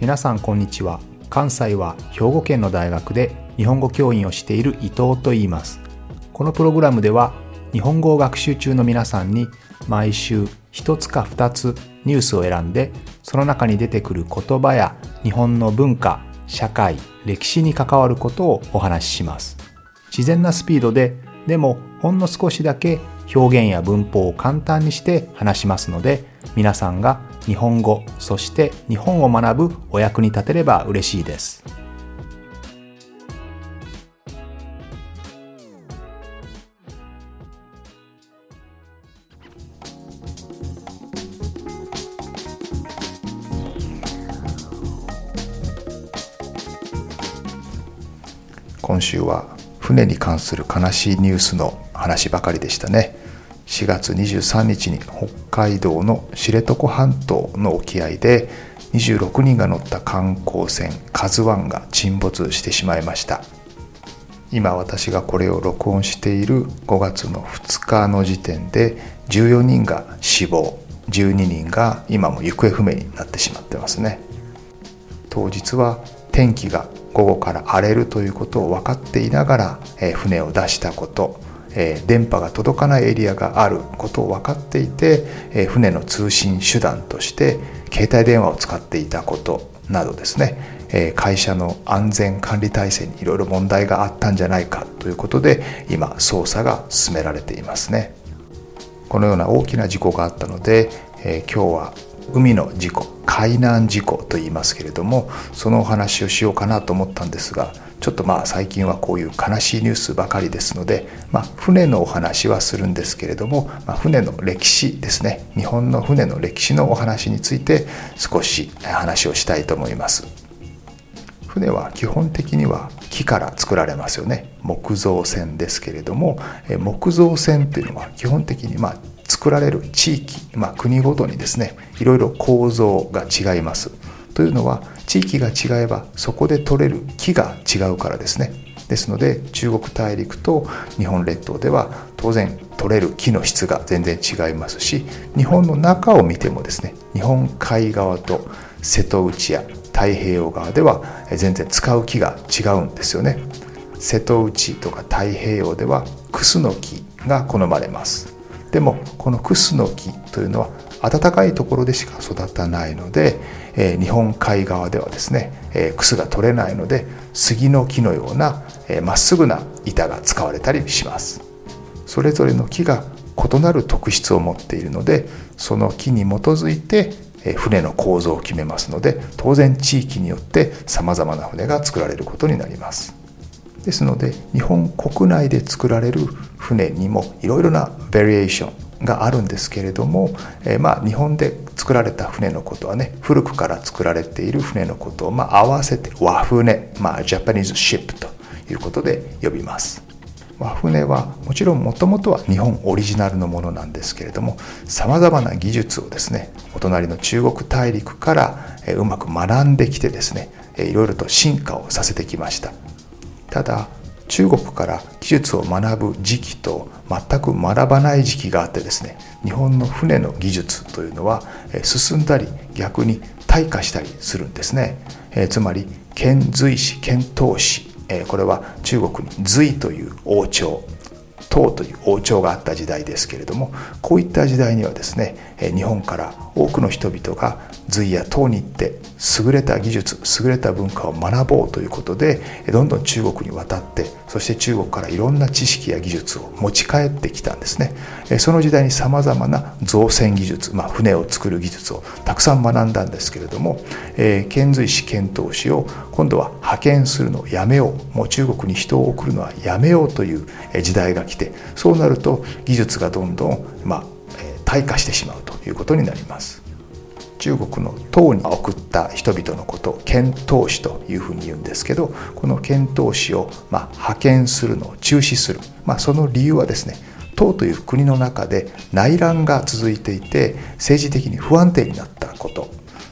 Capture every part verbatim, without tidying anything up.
皆さんこんにちは。関西は兵庫県の大学で日本語教員をしている伊藤と言います。このプログラムでは日本語を学習中の皆さんに毎週一つか二つニュースを選んで、その中に出てくる言葉や日本の文化、社会、歴史に関わることをお話しします。自然なスピードで、でもほんの少しだけ表現や文法を簡単にして話しますので、皆さんが日本語、そして日本を学ぶお役に立てれば嬉しいです。今週は船に関する悲しいニュースの話ばかりでしたね。しがつにじゅうさんにちに北海道の知床半島の沖合でにじゅうろくにんが乗った観光船カズワンが沈没してしまいました。今私がこれを録音しているごがつのふつかの時点でじゅうよにんが死亡、じゅうににんが今も行方不明になってしまってますね。当日は天気が午後から荒れるということを分かっていながら、えー、船を出したこと、えー、電波が届かないエリアがあることを分かっていて、えー、船の通信手段として携帯電話を使っていたことなどですね、えー、会社の安全管理体制にいろいろ問題があったんじゃないかということで今捜査が進められていますね。このような大きな事故があったので、えー、今日は海の事故、海難事故と言いますけれども、そのお話をしようかなと思ったんですが、ちょっとまあ最近はこういう悲しいニュースばかりですので、まあ、船のお話はするんですけれども、まあ、船の歴史ですね、日本の船の歴史のお話について少し話をしたいと思います。船は基本的には木から作られますよね。木造船ですけれども、木造船というのは基本的にまあ作られる地域、まあ、国ごとにですね、いろいろ構造が違います。というのは地域が違えばそこで取れる木が違うからですね。ですので中国大陸と日本列島では当然取れる木の質が全然違いますし、日本の中を見てもですね、日本海側と瀬戸内や太平洋側では全然使う木が違うんですよね。瀬戸内とか太平洋ではクスノキが好まれます。でもこのクスノキというのは暖かいところでしか育たないので、えー、日本海側ではですね、えー、クスが取れないので杉の木のようなえー、まっすぐな板が使われたりします。それぞれの木が異なる特質を持っているので、その木に基づいてえー、船の構造を決めますので、当然地域によってさまざまな船が作られることになります。ですので日本国内で作られる船にもいろいろなバリエーションがあるんですけれども、えー、まあ日本で作られた船のことはね、古くから作られている船のことをまあ合わせて和船、まあジャパニーズシップということで呼びます。和船はもちろんもともとは日本オリジナルのものなんですけれども、さまざまな技術をですね、お隣の中国大陸からうまく学んできてですね、いろいろと進化をさせてきました。ただ中国から技術を学ぶ時期と全く学ばない時期があってですね、日本の船の技術というのは進んだり逆に退化したりするんですね。えつまり遣隋使、遣唐使、これは中国に隋という王朝、唐という王朝があった時代ですけれども、こういった時代にはですね、日本から多くの人々が隋や唐に行って優れた技術、優れた文化を学ぼうということでどんどん中国に渡って、そして中国からいろんな知識や技術を持ち帰ってきたんですね。その時代にさまざまな造船技術、まあ、船を作る技術をたくさん学んだんですけれども、遣隋使、遣唐使を今度は派遣するのをやめよう、もう中国に人を送るのはやめようという時代が来て、そうなると技術がどんどん、まあ、退化してしまうということになります。中国の唐に送った人々のことを遣唐使というふうに言うんですけど、この遣唐使をまあ派遣するのを中止する、まあ、その理由はですね、唐という国の中で内乱が続いていて政治的に不安定になったこと、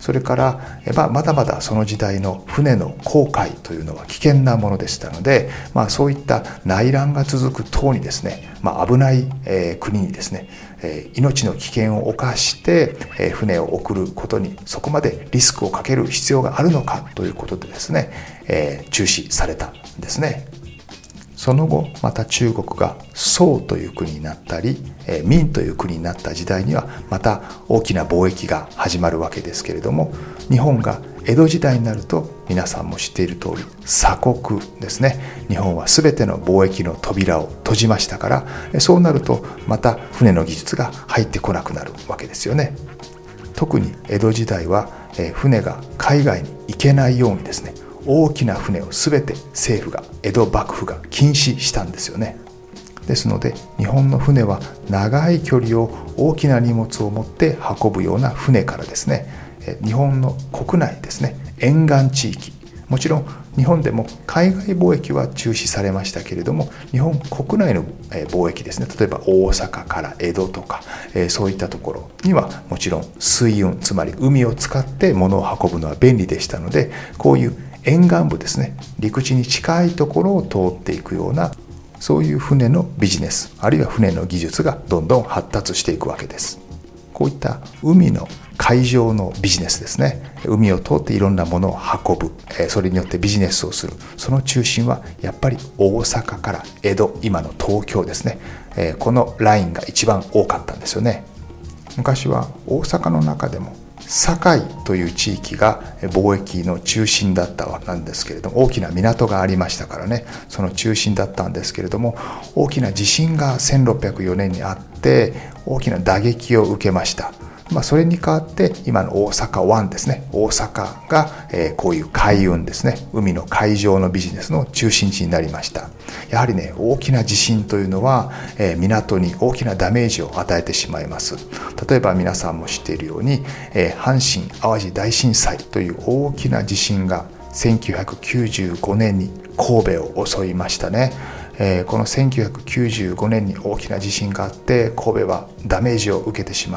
それから、まあ、まだまだその時代の船の航海というのは危険なものでしたので、まあ、そういった内乱が続く島にですね、まあ、危ない、えー、国にですね、えー、命の危険を冒して、えー、船を送ることにそこまでリスクをかける必要があるのかということでですね、えー、中止されたんですね。その後また中国が宋という国になったり明という国になった時代にはまた大きな貿易が始まるわけですけれども、日本が江戸時代になると皆さんも知っている通り鎖国ですね。日本は全ての貿易の扉を閉じましたから、そうなるとまた船の技術が入ってこなくなるわけですよね。特に江戸時代は船が海外に行けないようにですね、大きな船を全て政府が、江戸幕府が禁止したんですよね。ですので日本の船は長い距離を大きな荷物を持って運ぶような船からですね、日本の国内ですね、沿岸地域、もちろん日本でも海外貿易は中止されましたけれども、日本国内の貿易ですね、例えば大阪から江戸とかそういったところにはもちろん水運、つまり海を使って物を運ぶのは便利でしたので、こういう沿岸部ですね、陸地に近いところを通っていくような、そういう船のビジネス、あるいは船の技術がどんどん発達していくわけです。こういった海の海上のビジネスですね、海を通っていろんなものを運ぶ、それによってビジネスをする、その中心はやっぱり大阪から江戸、今の東京ですね、このラインが一番多かったんですよね。昔は大阪の中でも堺という地域が貿易の中心だったわけなんですけれども、大きな港がありましたからね、その中心だったんですけれども、大きな地震がせんろっぴゃくよねんにあって大きな打撃を受けました。まあ、それに代わって今の大阪湾ですね、大阪が、えー、こういう海運ですね、海の海上のビジネスの中心地になりました。やはりね、大きな地震というのは、えー、港に大きなダメージを与えてしまいます。例えば皆さんも知っているように、えー、阪神・淡路大震災という大きな地震がせんきゅうひゃくきゅうじゅうごねんに神戸を襲いましたね。えー、このせんきゅうひゃくきゅうじゅうごねんに大きな地震があって神戸はダメージを受けてしまって、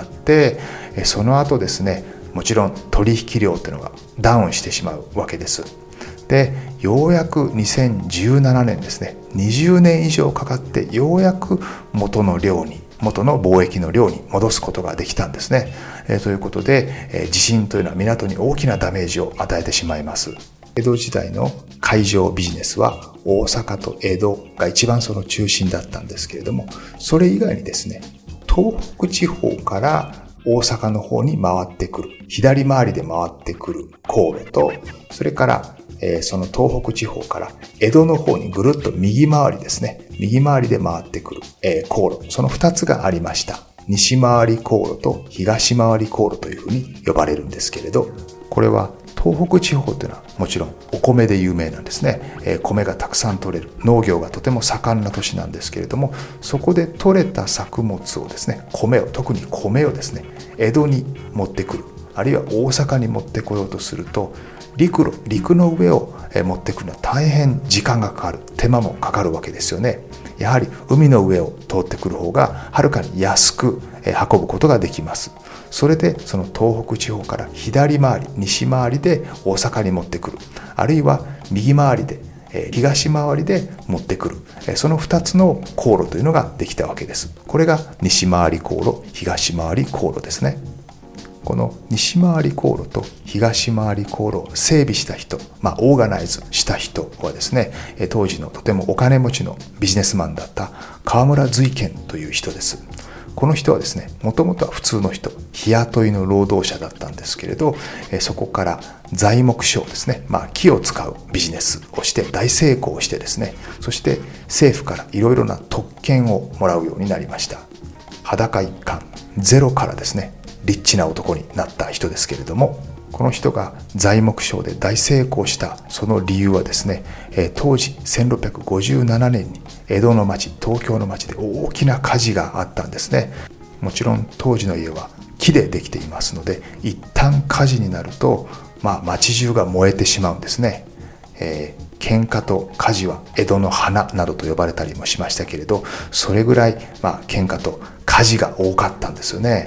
えー、その後ですね、もちろん取引量というのがダウンしてしまうわけです。で、ようやくにせんじゅうななねんですね、にじゅうねん以上かかってようやく元の量に、元の貿易の量に戻すことができたんですね。えー、ということで、えー、地震というのは港に大きなダメージを与えてしまいます。江戸時代の海上ビジネスは大阪と江戸が一番その中心だったんですけれども、それ以外にですね、東北地方から大阪の方に回ってくる、左回りで回ってくる航路と、それから、えー、その東北地方から江戸の方にぐるっと右回りですね、右回りで回ってくる、えー、航路、そのふたつがありました。西回り航路と東回り航路というふうに呼ばれるんですけれど、これは東北地方というのはもちろんお米で有名なんですね。えー、米がたくさん取れる、農業がとても盛んな都市なんですけれども、そこで取れた作物をですね、米を、特に米をですね、江戸に持ってくる、あるいは大阪に持ってこようとすると、陸路、陸の上を持ってくるのは大変時間がかかる、手間もかかるわけですよね。やはり海の上を通ってくる方がはるかに安く運ぶことができます。それでその東北地方から左回り、西回りで大阪に持ってくる、あるいは右回りで東回りで持ってくる、そのふたつの航路というのができたわけです。これが西回り航路、東回り航路ですね。この西回り航路と東回り航路を整備した人、まあ、オーガナイズした人はですね、当時のとてもお金持ちのビジネスマンだった河村瑞賢という人です。この人はですね、もともとは普通の人、日雇いの労働者だったんですけれど、そこから材木商ですね、まあ、木を使うビジネスをして大成功してですね、そして政府からいろいろな特権をもらうようになりました。裸一貫、ゼロからですね、リッチな男になった人ですけれども、この人が材木商で大成功したその理由はですね、当時せんろっぴゃくごじゅうななねんに江戸の町、東京の町で大きな火事があったんですね。もちろん当時の家は木でできていますので、一旦火事になると、まあ、町中が燃えてしまうんですね。えー、喧嘩と火事は江戸の花などと呼ばれたりもしましたけれど、それぐらい、まあ、喧嘩と火事が多かったんですよね。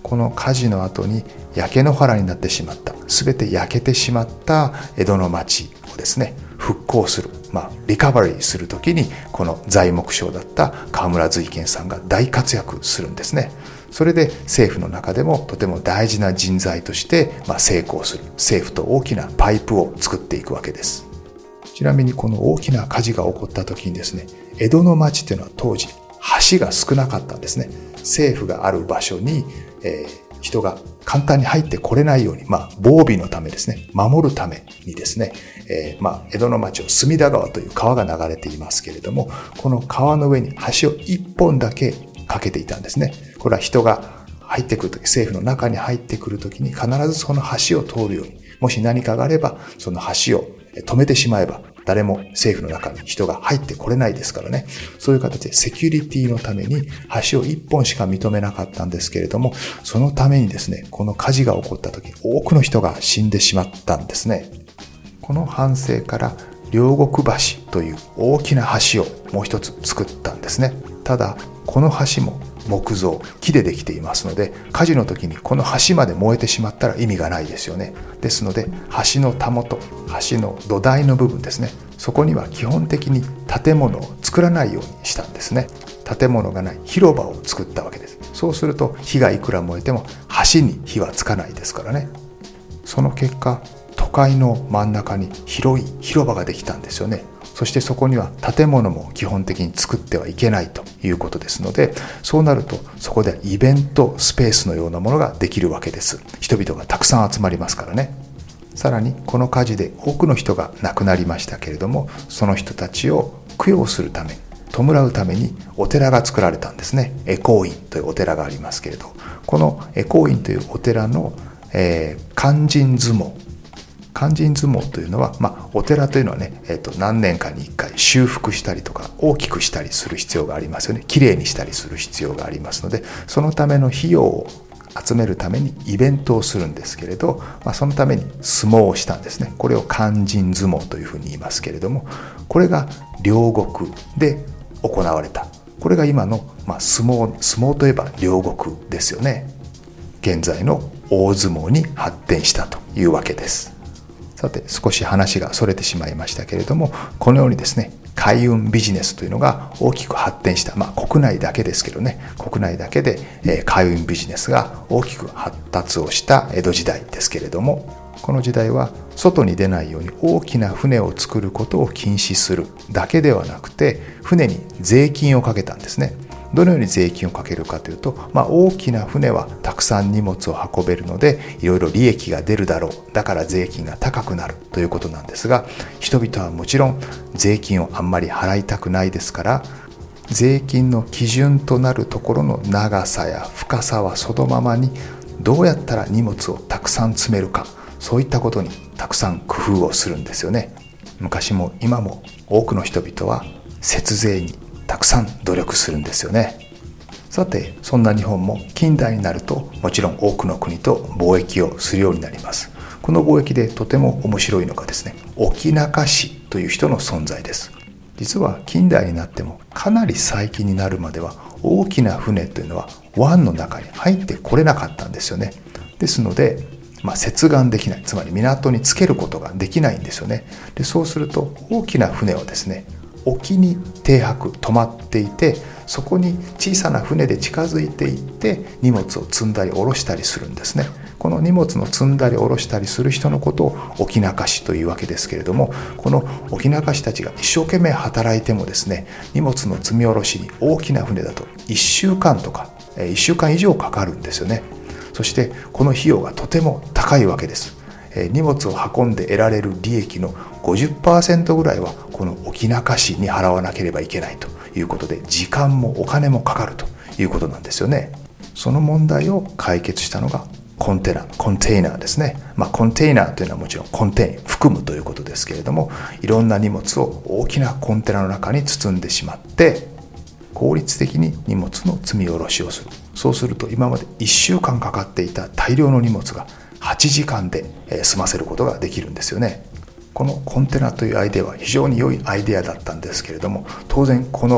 この火事の後に焼け野原になってしまった、全て焼けてしまった江戸の町をですね、復興する、まあ、リカバリーするときに、この材木商だった河村瑞賢さんが大活躍するんですね。それで政府の中でもとても大事な人材として、まあ、成功する、政府と大きなパイプを作っていくわけです。ちなみにこの大きな火事が起こった時にですね、江戸の町っていうのは当時橋が少なかったんですね。政府がある場所に、えー、人が簡単に入ってこれないように、まあ、防備のためですね、守るためにですね、えー、まあ、江戸の町を隅田川という川が流れていますけれども、この川の上に橋を一本だけかけていたんですね。これは人が入ってくるとき、政府の中に入ってくるときに必ずその橋を通るように、もし何かがあればその橋を止めてしまえば誰も政府の中に人が入ってこれないですからね。そういう形でセキュリティのために橋を一本しか認めなかったんですけれども、そのためにですね、この火事が起こった時、多くの人が死んでしまったんですね。この反省から両国橋という大きな橋をもう一つ作ったんですね。ただこの橋も木造、木でできていますので、火事の時にこの橋まで燃えてしまったら意味がないですよね。ですので橋のたもと、橋の土台の部分ですね、そこには基本的に建物を作らないようにしたんですね。建物がない広場を作ったわけです。そうすると火がいくら燃えても橋に火はつかないですからね。その結果、都会の真ん中に広い広場ができたんですよね。そしてそこには建物も基本的に作ってはいけないということですので、そうなるとそこでイベントスペースのようなものができるわけです。人々がたくさん集まりますからね。さらにこの火事で多くの人が亡くなりましたけれども、その人たちを供養するため、弔うためにお寺が作られたんですね。恵光院というお寺がありますけれど、この恵光院というお寺の、えー、勧進相撲勧進相撲というのは、まあ、お寺というのはね、えーと、何年かにいっかい修復したりとか大きくしたりする必要がありますよね。きれいにしたりする必要がありますので、そのための費用を集めるためにイベントをするんですけれど、まあ、そのために相撲をしたんですね。これを勧進相撲というふうに言いますけれども、これが両国で行われた。これが今の、まあ、相撲、相撲といえば両国ですよね。現在の大相撲に発展したというわけです。さて、少し話がそれてしまいましたけれども、このようにですね、海運ビジネスというのが大きく発展した、まあ国内だけですけどね、国内だけで、えー、海運ビジネスが大きく発達をした江戸時代ですけれども、この時代は外に出ないように大きな船を作ることを禁止するだけではなくて、船に税金をかけたんですね。どのように税金をかけるかというと、まあ、大きな船はたくさん荷物を運べるのでいろいろ利益が出るだろう、だから税金が高くなるということなんですが、人々はもちろん税金をあんまり払いたくないですから、税金の基準となるところの長さや深さはそのままに、どうやったら荷物をたくさん積めるか、そういったことにたくさん工夫をするんですよね。昔も今も多くの人々は節税にたくさん努力するんですよね。さて、そんな日本も近代になるともちろん多くの国と貿易をするようになります。この貿易でとても面白いのがですね、沖中市という人の存在です。実は近代になってもかなり最近になるまでは大きな船というのは湾の中に入ってこれなかったんですよね。ですので、まあ、接岸できない、つまり港につけることができないんですよね。で、そうすると大きな船をですね、沖に停泊、止まっていて、そこに小さな船で近づいていって荷物を積んだり下ろしたりするんですね。この荷物の積んだり下ろしたりする人のことを沖中市というわけですけれども、この沖中市たちが一生懸命働いてもですね、荷物の積み下ろしに大きな船だといっしゅうかんとかいっしゅうかん以上かかるんですよね。そしてこの費用がとても高いわけです。荷物を運んで得られる利益の ごじゅっパーセント ぐらいはこの沖中市に払わなければいけないということで、時間もお金もかかるということなんですよね。その問題を解決したのがコンテナ、コンテイナーですね。まあ、コンテイナーというのはもちろんコンテイン、含むということですけれども、いろんな荷物を大きなコンテナの中に包んでしまって効率的に荷物の積み下ろしをする。そうすると今までいっしゅうかんかかっていた大量の荷物がはちじかんで済ませることができるんですよね。このコンテナというアイデアは非常に良いアイデアだったんですけれども、当然この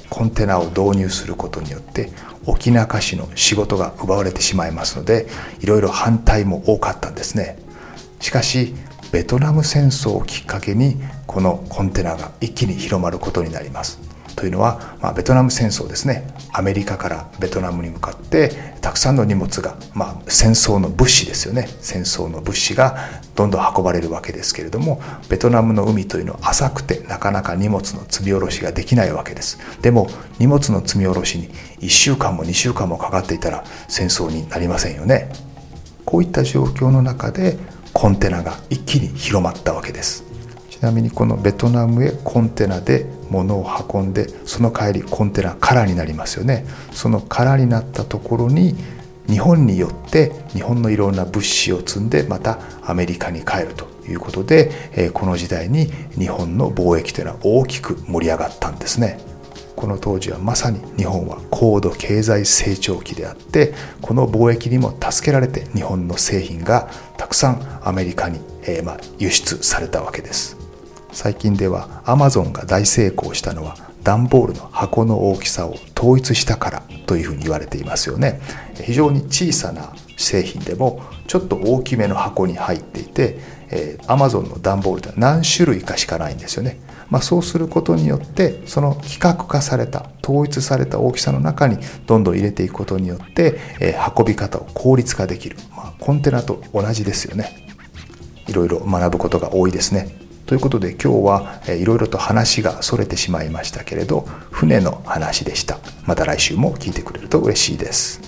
コンテナを導入することによって沖中市の仕事が奪われてしまいますので、いろいろ反対も多かったんですね。しかしベトナム戦争をきっかけにこのコンテナが一気に広まることになります。というのは、まあ、ベトナム戦争ですね。アメリカからベトナムに向かってたくさんの荷物が、まあ、戦争の物資ですよね。戦争の物資がどんどん運ばれるわけですけれども、ベトナムの海というのは浅くてなかなか荷物の積み下ろしができないわけです。でも荷物の積み下ろしにいっしゅうかんもにしゅうかんもかかっていたら戦争になりませんよね。こういった状況の中でコンテナが一気に広まったわけです。ちなみにこのベトナムへコンテナで物を運んで、その帰りコンテナ空になりますよね。その空になったところに日本によって日本のいろんな物資を積んでまたアメリカに帰るということで、この時代に日本の貿易というのは大きく盛り上がったんですね。この当時はまさに日本は高度経済成長期であって、この貿易にも助けられて日本の製品がたくさんアメリカに、えーまあ、輸出されたわけです。最近ではアマゾンが大成功したのは段ボールの箱の大きさを統一したからというふうに言われていますよね。非常に小さな製品でもちょっと大きめの箱に入っていて、えー、アマゾンの段ボールって何種類かしかないんですよね。まあ、そうすることによってその規格化された統一された大きさの中にどんどん入れていくことによって、えー、運び方を効率化できる、まあ、コンテナと同じですよね。いろいろ学ぶことが多いですね。ということで今日は、えー、いろいろと話がそれてしまいましたけれど、船の話でした。また来週も聞いてくれると嬉しいです。